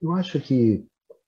Eu acho que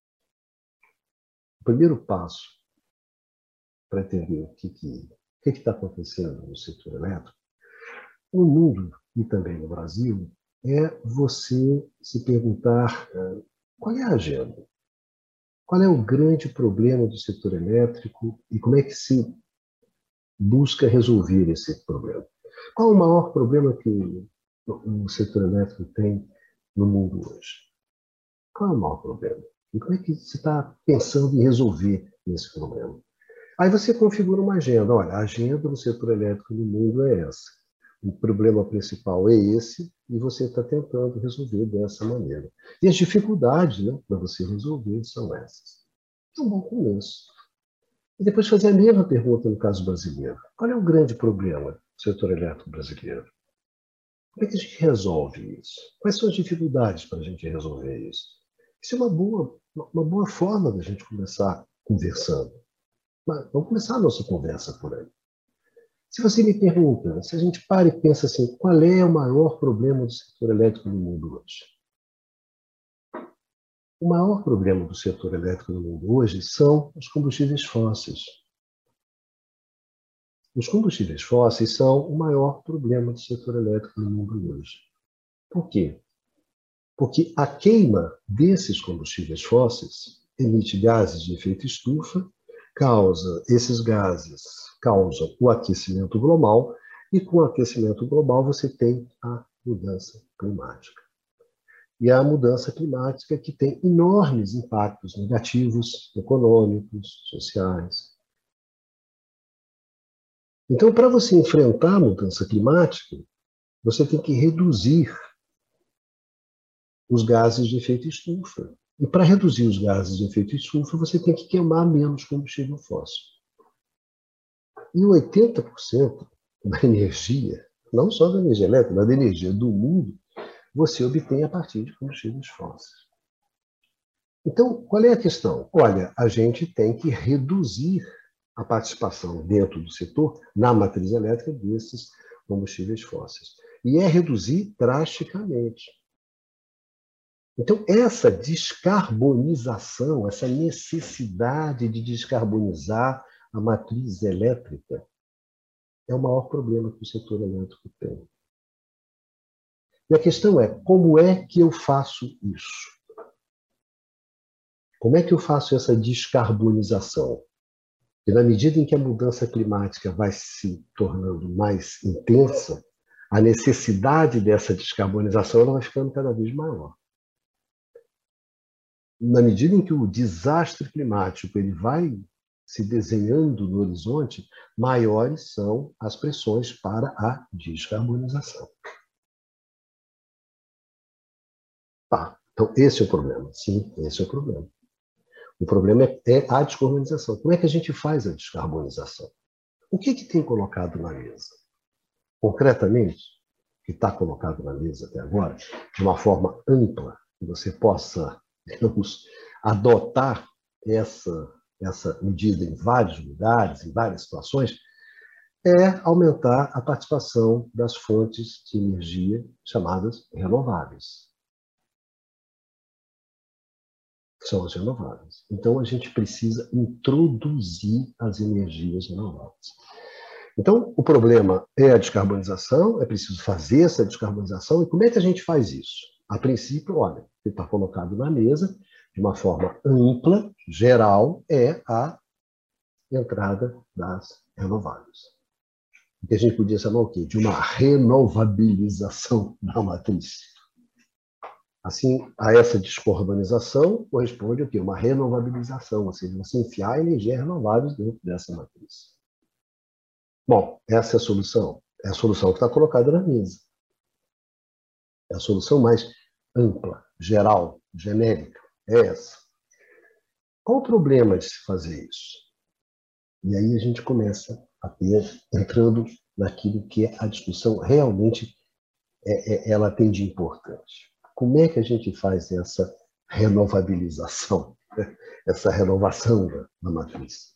o primeiro passo para entender o que está acontecendo no setor elétrico, no mundo e também no Brasil, é você se perguntar qual é a agenda, qual é o grande problema do setor elétrico e como é que se busca resolver esse problema. Qual o maior problema que o setor elétrico tem no mundo hoje? Qual é o maior problema? E como é que você está pensando em resolver esse problema? Aí você configura uma agenda. Olha, a agenda do setor elétrico no mundo é essa. O problema principal é esse e você está tentando resolver dessa maneira. E as dificuldades, né, para você resolver são essas. É um bom começo. E depois fazer a mesma pergunta no caso brasileiro. Qual é o grande problema do setor elétrico brasileiro? Como é que a gente resolve isso? Quais são as dificuldades para a gente resolver isso? Isso é uma boa forma da gente começar conversando. Mas vamos começar a nossa conversa por aí. Se você me pergunta, se a gente para e pensa assim, qual é o maior problema do setor elétrico no mundo hoje? O maior problema do setor elétrico no mundo hoje são os combustíveis fósseis. Os combustíveis fósseis são o maior problema do setor elétrico no mundo hoje. Por quê? Porque a queima desses combustíveis fósseis emite gases de efeito estufa, esses gases causam o aquecimento global, e com o aquecimento global você tem a mudança climática. E a mudança climática que tem enormes impactos negativos, econômicos, sociais. Então, para você enfrentar a mudança climática, você tem que reduzir os gases de efeito estufa. E para reduzir os gases de efeito estufa, você tem que queimar menos combustível fóssil. E 80% da energia, não só da energia elétrica, mas da energia do mundo, você obtém a partir de combustíveis fósseis. Então, qual é a questão? Olha, a gente tem que reduzir a participação dentro do setor, na matriz elétrica, desses combustíveis fósseis. E é reduzir drasticamente. Então, essa descarbonização, essa necessidade de descarbonizar a matriz elétrica é o maior problema que o setor elétrico tem. E a questão é, como é que eu faço isso? Como é que eu faço essa descarbonização? E na medida em que a mudança climática vai se tornando mais intensa, a necessidade dessa descarbonização ela vai ficando cada vez maior. Na medida em que o desastre climático ele vai se desenhando no horizonte, maiores são as pressões para a descarbonização. Tá, então esse é o problema. Sim, esse é o problema. O problema é a descarbonização. Como é que a gente faz a descarbonização? O que tem colocado na mesa? Concretamente, o que está colocado na mesa até agora, de uma forma ampla, que você possa, digamos, adotar essa medida em vários lugares, em várias situações, é aumentar a participação das fontes de energia chamadas renováveis. São as renováveis. Então, a gente precisa introduzir as energias renováveis. Então, o problema é a descarbonização, é preciso fazer essa descarbonização. E como é que a gente faz isso? A princípio, olha, está colocado na mesa, de uma forma ampla, geral, é a entrada das renováveis. O que a gente podia chamar o quê? De uma renovabilização da matriz. Assim, a essa descarbonização corresponde o quê? Uma renovabilização, ou seja, você enfiar energias renováveis dentro dessa matriz. Bom, essa é a solução. É a solução que está colocada na mesa. É a solução mais ampla, geral, genérica. É essa. Qual o problema de se fazer isso? E aí a gente começa a ter, entrando naquilo que a discussão realmente ela tem de importante. Como é que a gente faz essa renovabilização, essa renovação da matriz?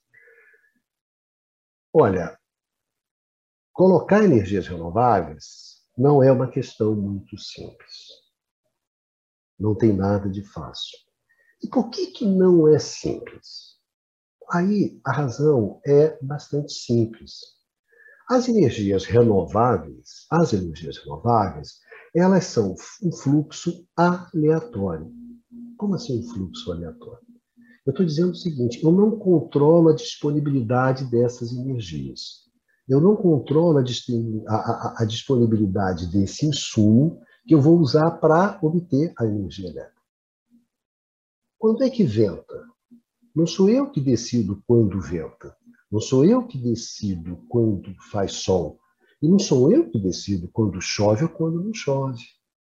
Olha, colocar energias renováveis não é uma questão muito simples. Não tem nada de fácil. E por que não é simples? Aí a razão é bastante simples. As energias renováveis, elas são um fluxo aleatório. Como assim um fluxo aleatório? Eu estou dizendo o seguinte, eu não controlo a disponibilidade dessas energias. Eu não controlo a disponibilidade desse insumo que eu vou usar para obter a energia elétrica. Quando é que venta? Não sou eu que decido quando venta. Não sou eu que decido quando faz sol. E não sou eu que decido quando chove ou quando não chove.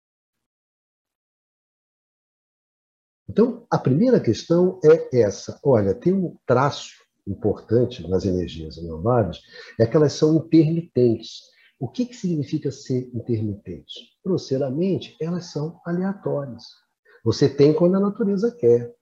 Então, a primeira questão é essa. Olha, tem um traço importante nas energias renováveis, é que elas são intermitentes. O que significa ser intermitente? Grosseiramente, elas são aleatórias. Você tem quando a natureza quer.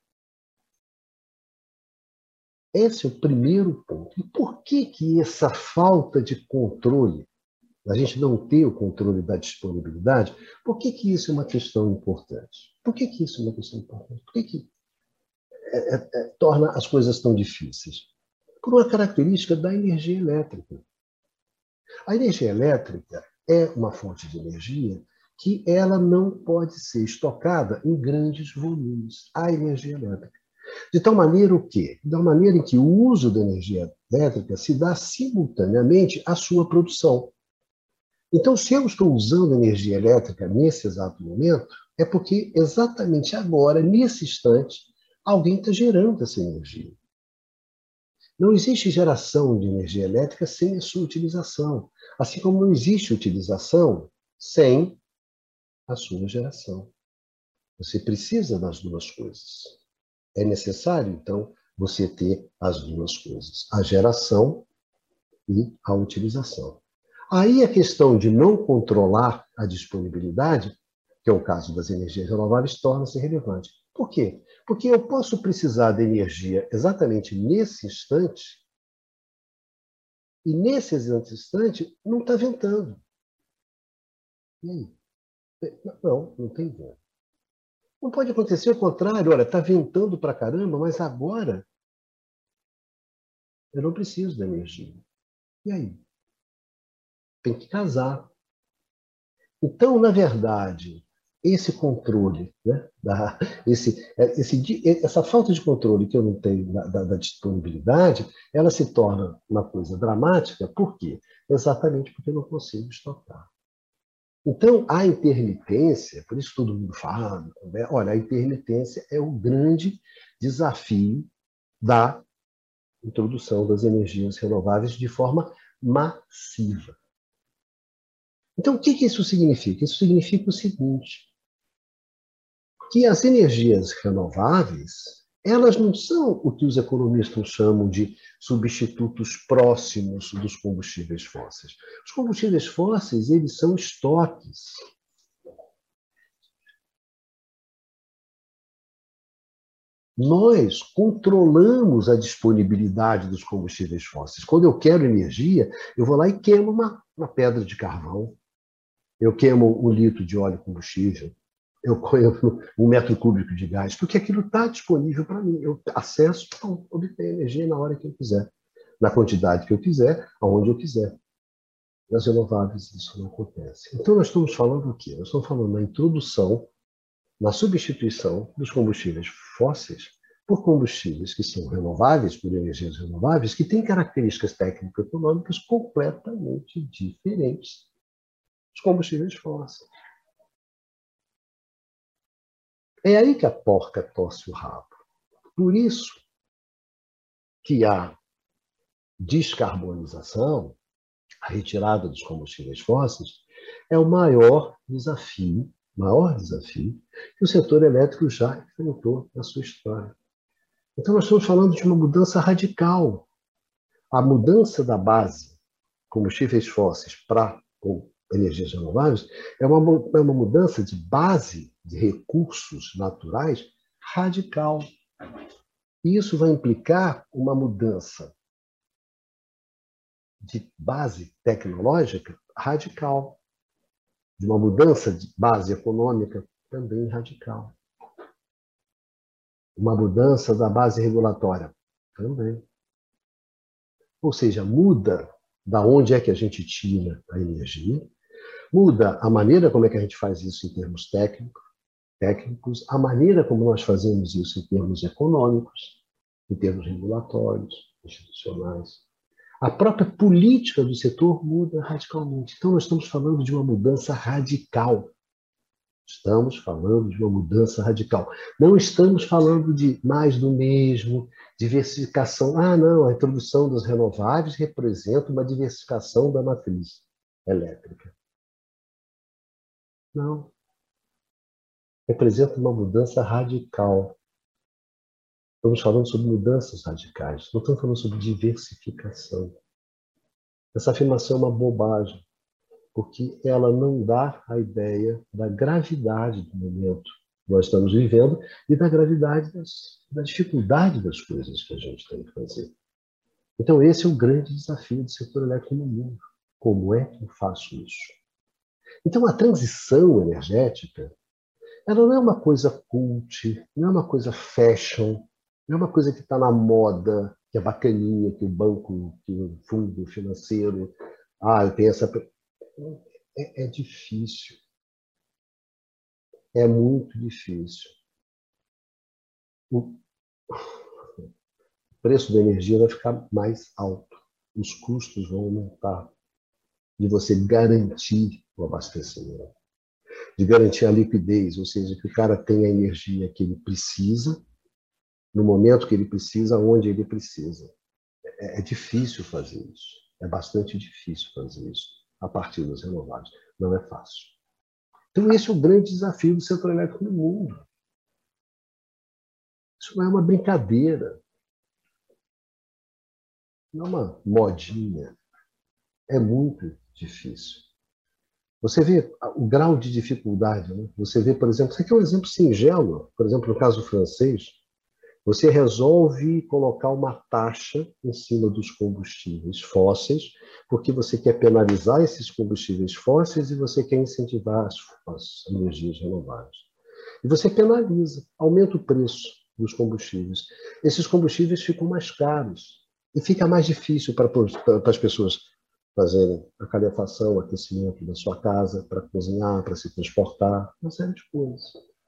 Esse é o primeiro ponto. E por que essa falta de controle, a gente não ter o controle da disponibilidade, por que isso é uma questão importante? Por que isso é uma questão importante? Por que torna as coisas tão difíceis? Por uma característica da energia elétrica. A energia elétrica é uma fonte de energia que ela não pode ser estocada em grandes volumes. A energia elétrica. De tal maneira o quê? De tal maneira em que o uso da energia elétrica se dá simultaneamente à sua produção. Então, se eu estou usando energia elétrica nesse exato momento, é porque exatamente agora, nesse instante, alguém está gerando essa energia. Não existe geração de energia elétrica sem a sua utilização, assim como não existe utilização sem a sua geração. Você precisa das duas coisas. É necessário, então, você ter as duas coisas, a geração e a utilização. Aí a questão de não controlar a disponibilidade, que é o caso das energias renováveis, torna-se relevante. Por quê? Porque eu posso precisar de energia exatamente nesse instante, e nesse exato instante não está ventando. E aí? Não tem vento. Não pode acontecer o contrário, olha, está ventando para caramba, mas agora eu não preciso da energia. E aí? Tem que casar. Então, na verdade, esse controle, né, essa falta de controle que eu não tenho da disponibilidade, ela se torna uma coisa dramática. Por quê? Exatamente porque eu não consigo estocar. Então, a intermitência, por isso todo mundo fala, né? Olha, a intermitência é o grande desafio da introdução das energias renováveis de forma massiva. Então, o que isso significa? Isso significa o seguinte, que as energias renováveis, elas não são o que os economistas chamam de substitutos próximos dos combustíveis fósseis. Os combustíveis fósseis, eles são estoques. Nós controlamos a disponibilidade dos combustíveis fósseis. Quando eu quero energia, eu vou lá e queimo uma pedra de carvão, eu queimo 1 litro de óleo combustível, eu queimo 1 metro cúbico de gás, porque aquilo está disponível para mim. Eu acesso, então, obtenho energia na hora que eu quiser, na quantidade que eu quiser, aonde eu quiser. Nas renováveis isso não acontece. Então nós estamos falando o quê? Nós estamos falando na introdução, na substituição dos combustíveis fósseis por combustíveis que são renováveis, por energias renováveis, que têm características técnico-econômicas completamente diferentes dos combustíveis fósseis. É aí que a porca torce o rabo. Por isso que a descarbonização, a retirada dos combustíveis fósseis, é o maior desafio que o setor elétrico já enfrentou na sua história. Então, nós estamos falando de uma mudança radical. A mudança da base, combustíveis fósseis para energias renováveis, é uma mudança de base de recursos naturais radical. E isso vai implicar uma mudança de base tecnológica radical, de uma mudança de base econômica também radical. Uma mudança da base regulatória? Também. Ou seja, muda da onde é que a gente tira a energia, muda a maneira como é que a gente faz isso em termos técnicos, a maneira como nós fazemos isso em termos econômicos, em termos regulatórios, institucionais. A própria política do setor muda radicalmente. Então, nós estamos falando de uma mudança radical. Estamos falando de uma mudança radical. Não estamos falando de mais do mesmo, diversificação. Ah, não, a introdução das renováveis representa uma diversificação da matriz elétrica. Não. Representa uma mudança radical. Estamos falando sobre mudanças radicais, não estamos falando sobre diversificação. Essa afirmação é uma bobagem, porque ela não dá a ideia da gravidade do momento que nós estamos vivendo e da gravidade da dificuldade das coisas que a gente tem que fazer. Então, esse é o grande desafio do setor elétrico no mundo. Como é que eu faço isso? Então, a transição energética, ela não é uma coisa cult, não é uma coisa fashion, não é uma coisa que está na moda, que é bacaninha, que o banco, que o fundo financeiro, eu tenho essa... É difícil. É muito difícil. O preço da energia vai ficar mais alto. Os custos vão aumentar de você garantir o abastecimento, de garantir a liquidez, ou seja, que o cara tenha a energia que ele precisa, no momento que ele precisa, onde ele precisa. É difícil fazer isso. É bastante difícil fazer isso a partir das renováveis. Não é fácil. Então, esse é o grande desafio do setor elétrico no mundo. Isso não é uma brincadeira. Não é uma modinha. É muito difícil. Você vê o grau de dificuldade, né? Você vê, por exemplo, isso aqui é um exemplo singelo, por exemplo, no caso francês, você resolve colocar uma taxa em cima dos combustíveis fósseis, porque você quer penalizar esses combustíveis fósseis e você quer incentivar as energias renováveis. E você penaliza, aumenta o preço dos combustíveis. Esses combustíveis ficam mais caros e fica mais difícil para as pessoas fazerem a calefação, o aquecimento da sua casa, para cozinhar, para se transportar, uma série de coisas.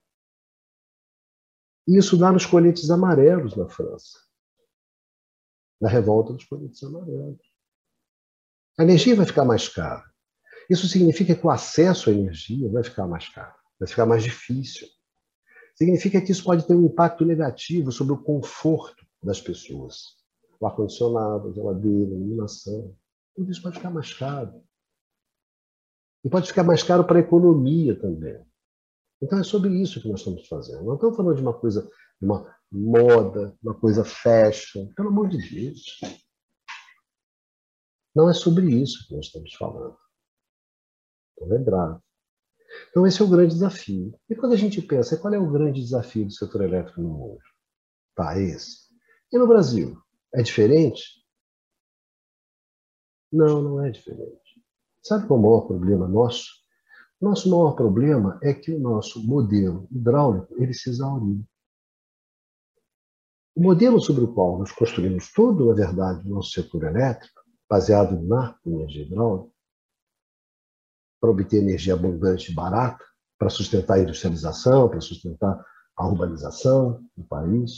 E isso dá nos coletes amarelos na França, na revolta dos coletes amarelos. A energia vai ficar mais cara. Isso significa que o acesso à energia vai ficar mais caro, vai ficar mais difícil. Significa que isso pode ter um impacto negativo sobre o conforto das pessoas. O ar-condicionado, a geladeira, a iluminação, tudo isso pode ficar mais caro. E pode ficar mais caro para a economia também. Então, é sobre isso que nós estamos fazendo. Não estamos falando de uma coisa, de uma moda, uma coisa fashion. Pelo amor de Deus. Não é sobre isso que nós estamos falando. Então, é grave. Então, esse é o grande desafio. E quando a gente pensa, qual é o grande desafio do setor elétrico no mundo? Tá, esse. E no Brasil? É diferente? Não, não é diferente. Sabe qual é o maior problema nosso? Nosso maior problema é que o nosso modelo hidráulico ele se exauriu. O modelo sobre o qual nós construímos todo, na verdade, o nosso setor elétrico, baseado na energia hidráulica, para obter energia abundante e barata, para sustentar a industrialização, para sustentar a urbanização do país,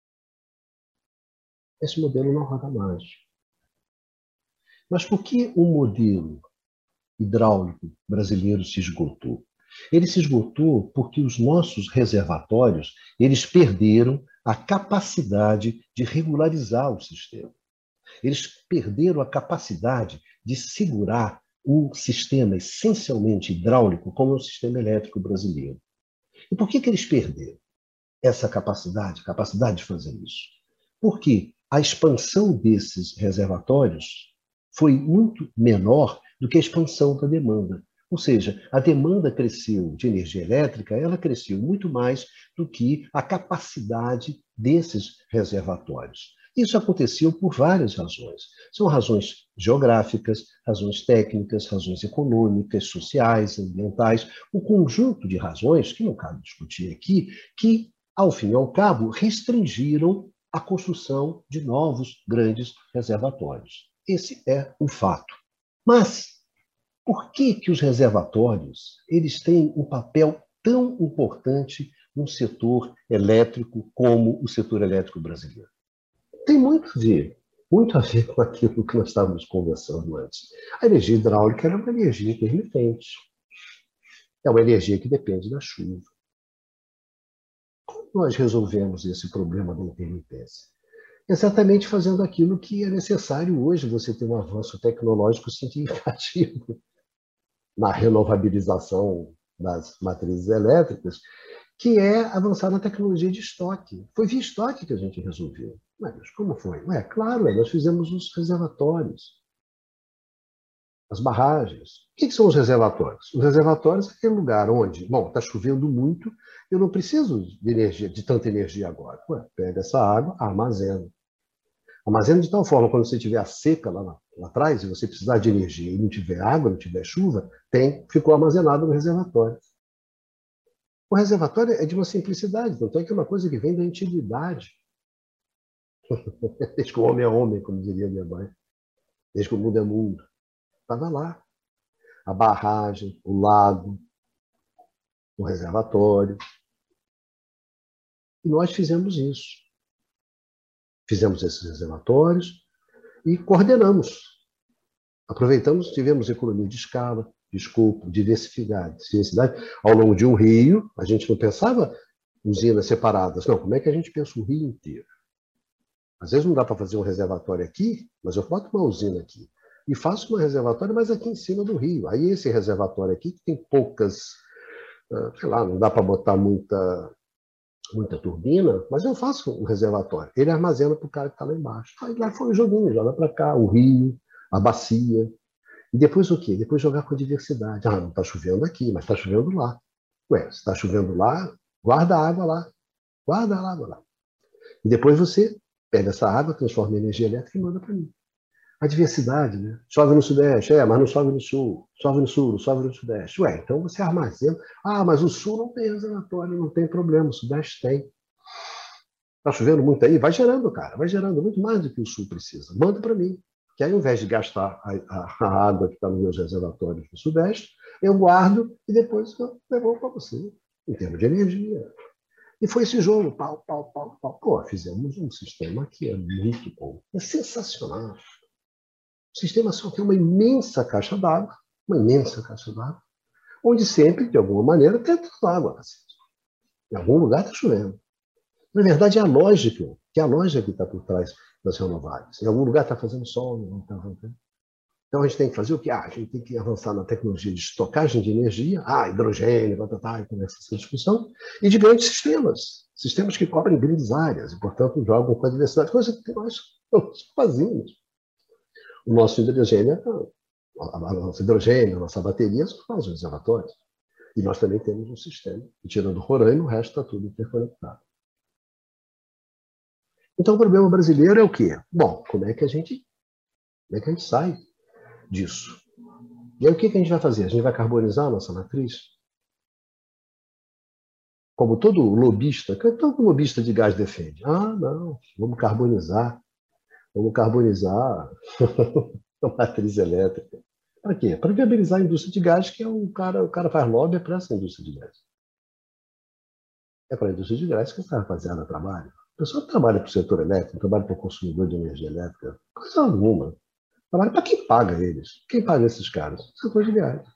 esse modelo não roda mais. Mas por que o modelo hidráulico brasileiro se esgotou? Ele se esgotou porque os nossos reservatórios eles perderam a capacidade de regularizar o sistema. Eles perderam a capacidade de segurar um sistema essencialmente hidráulico como é o sistema elétrico brasileiro. E por que eles perderam essa capacidade de fazer isso? Porque a expansão desses reservatórios foi muito menor do que a expansão da demanda. Ou seja, a demanda cresceu de energia elétrica, ela cresceu muito mais do que a capacidade desses reservatórios. Isso aconteceu por várias razões. São razões geográficas, razões técnicas, razões econômicas, sociais, ambientais, um conjunto de razões, que não cabe discutir aqui, que ao fim e ao cabo, restringiram a construção de novos grandes reservatórios. Esse é o fato. Mas por que os reservatórios eles têm um papel tão importante no setor elétrico como o setor elétrico brasileiro? Tem muito a ver com aquilo que nós estávamos conversando antes. A energia hidráulica é uma energia intermitente. É uma energia que depende da chuva. Como nós resolvemos esse problema da intermitência? Exatamente fazendo aquilo que é necessário hoje, você ter um avanço tecnológico significativo na renovabilização das matrizes elétricas, que é avançar na tecnologia de estoque. Foi via estoque que a gente resolveu. Mas como foi? Claro, nós fizemos os reservatórios, as barragens. O que são os reservatórios? Os reservatórios é aquele lugar onde, bom, está chovendo muito, eu não preciso de energia, de tanta energia agora. Pega essa água, armazena. Armazena de tal forma, quando você tiver a seca lá atrás, e você precisar de energia e não tiver água, não tiver chuva, ficou armazenado no reservatório. O reservatório é de uma simplicidade, tanto é que é uma coisa que vem da antiguidade. Desde que o homem é homem, como diria minha mãe. Desde que o mundo é mundo. Estava lá. A barragem, o lago, o reservatório. E nós fizemos isso. Fizemos esses reservatórios e coordenamos. Aproveitamos, tivemos economia de escala, de escopo, diversidade. Ao longo de um rio, a gente não pensava usinas separadas. Não, como é que a gente pensa o rio inteiro? Às vezes não dá para fazer um reservatório aqui, mas eu boto uma usina aqui. E faço um reservatório, mas aqui em cima do rio. Aí esse reservatório aqui, que tem poucas, sei lá, não dá para botar muita turbina, mas eu faço um reservatório. Ele armazena para o cara que está lá embaixo. Aí lá foi o joguinho, joga para cá, o rio, a bacia. E depois o quê? Depois jogar com a diversidade. Não está chovendo aqui, mas está chovendo lá. Se está chovendo lá, guarda a água lá. Guarda a água lá. E depois você pega essa água, transforma em energia elétrica e manda para mim. A diversidade, né? Chove no Sudeste, mas não chove no Sul. Chove no Sul, não chove no Sudeste. Então você armazena. Mas o Sul não tem reservatório, não tem problema, o Sudeste tem. Está chovendo muito aí? Vai gerando, cara, vai gerando muito mais do que o Sul precisa. Manda para mim. Que aí, ao invés de gastar a água que está nos meus reservatórios no Sudeste, eu guardo e depois eu devolvo para você, em termos de energia. E foi esse jogo, pau. Fizemos um sistema que é muito bom, é sensacional. O sistema só tem uma imensa caixa d'água, onde sempre, de alguma maneira, tem água. Em algum lugar está chovendo. Na verdade, é a lógica que está por trás das renováveis. Em algum lugar está fazendo sol, não está fazendo. Então a gente tem que fazer o quê? A gente tem que avançar na tecnologia de estocagem de energia, hidrogênio, e começa essa discussão, e de grandes sistemas que cobrem grandes áreas, e, portanto, jogam com a diversidade, coisa que nós fazemos. O nosso hidrogênio, a nossa bateria, só faz os reservatórios. E nós também temos um sistema, e tirando o Roraima, o resto está tudo interconectado. Então, o problema brasileiro é o quê? Bom, como é que a gente sai disso? E aí, o que a gente vai fazer? A gente vai carbonizar a nossa matriz? Como todo lobista de gás defende. Não, vamos carbonizar a matriz elétrica. Para quê? Para viabilizar a indústria de gás, que é o cara faz lobby para essa indústria de gás. É para a indústria de gás que essa rapaziada trabalha. A pessoa trabalha para o setor elétrico, trabalha para o consumidor de energia elétrica, coisa alguma. Trabalha para quem paga eles. Quem paga esses caras? O setor de gás.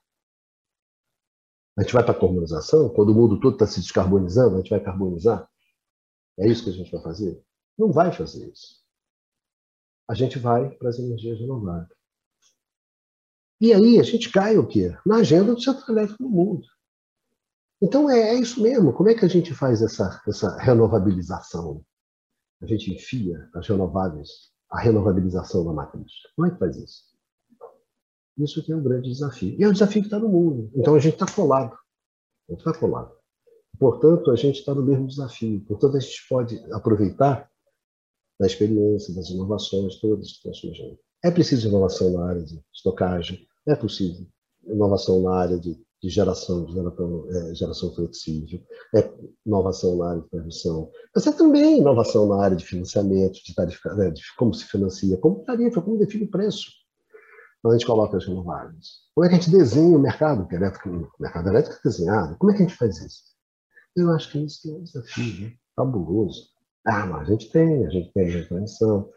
A gente vai para a carbonização, quando o mundo todo está se descarbonizando, a gente vai carbonizar? É isso que a gente vai fazer? Não vai fazer isso. A gente vai para as energias renováveis. E aí a gente cai o quê? Na agenda do setor elétrico no mundo. Então é isso mesmo. Como é que a gente faz essa renovabilização? A gente enfia as renováveis, a renovabilização da matriz. Como é que faz isso? Isso que é um grande desafio. E é um desafio que está no mundo. Então a gente está colado. Portanto, a gente está no mesmo desafio. Portanto, a gente pode aproveitar da experiência, das inovações todas que estão surgindo. É preciso inovação na área de estocagem, é possível inovação na área de geração flexível, inovação na área de transmissão, mas é também inovação na área de financiamento, de tarifa, de como se financia, como tarifa, como define o preço. Então, a gente coloca as renováveis. Como é que a gente desenha o mercado elétrico? O mercado elétrico é desenhado. Como é que a gente faz isso? Eu acho que isso é um desafio, né? Fabuloso. Mas a gente tem a transmissão,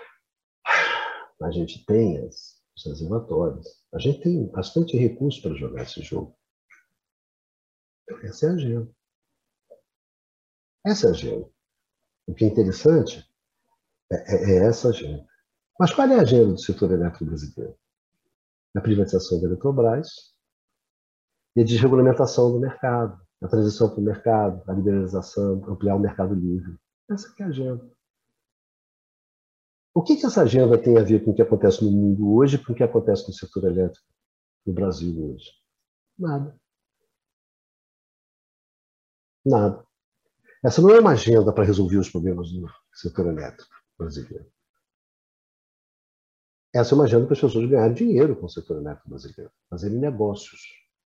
a gente tem os reservatórios, a gente tem bastante recurso para jogar esse jogo. Essa é a agenda. Essa é a agenda. O que é interessante é essa agenda. Mas qual é a agenda do setor elétrico brasileiro? A privatização da Eletrobras e a desregulamentação do mercado, a transição para o mercado, a liberalização, ampliar o mercado livre. Essa é a agenda. O que essa agenda tem a ver com o que acontece no mundo hoje e com o que acontece no setor elétrico no Brasil hoje? Nada. Nada. Essa não é uma agenda para resolver os problemas do setor elétrico brasileiro. Essa é uma agenda para as pessoas ganharem dinheiro com o setor elétrico brasileiro, fazerem negócios.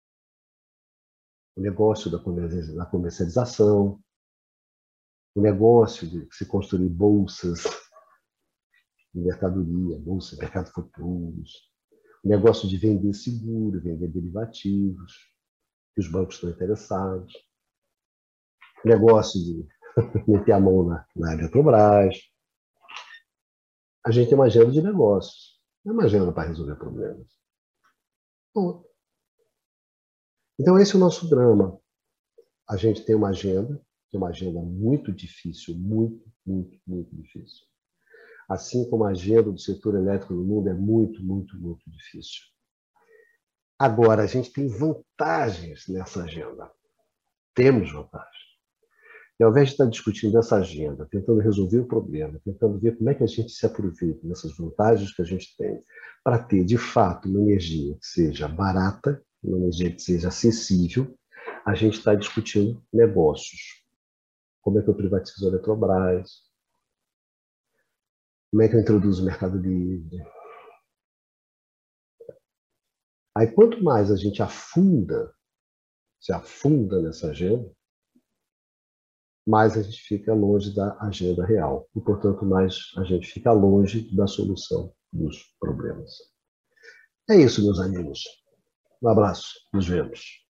O negócio da comercialização, o negócio de se construir bolsas de mercadoria, bolsas de mercado futuros, o negócio de vender seguro, vender derivativos, que os bancos estão interessados, o negócio de meter a mão na Eletrobras. A gente tem uma agenda de negócios, não é uma agenda para resolver problemas. Bom, então esse é o nosso drama. A gente tem uma agenda, que é uma agenda muito difícil, muito, muito, muito difícil. Assim como a agenda do setor elétrico no mundo é muito, muito, muito difícil. Agora, a gente tem vantagens nessa agenda. Temos vantagens. E ao invés de estar discutindo essa agenda, tentando resolver o problema, tentando ver como é que a gente se aproveita dessas vantagens que a gente tem para ter, de fato, uma energia que seja barata, uma energia que seja acessível, a gente está discutindo negócios. Como é que eu privatizo a Eletrobras? Como é que eu introduzo o mercado livre? Aí, quanto mais a gente se afunda nessa agenda, mais a gente fica longe da agenda real. E, portanto, mais a gente fica longe da solução dos problemas. É isso, meus amigos. Um abraço. Nos vemos.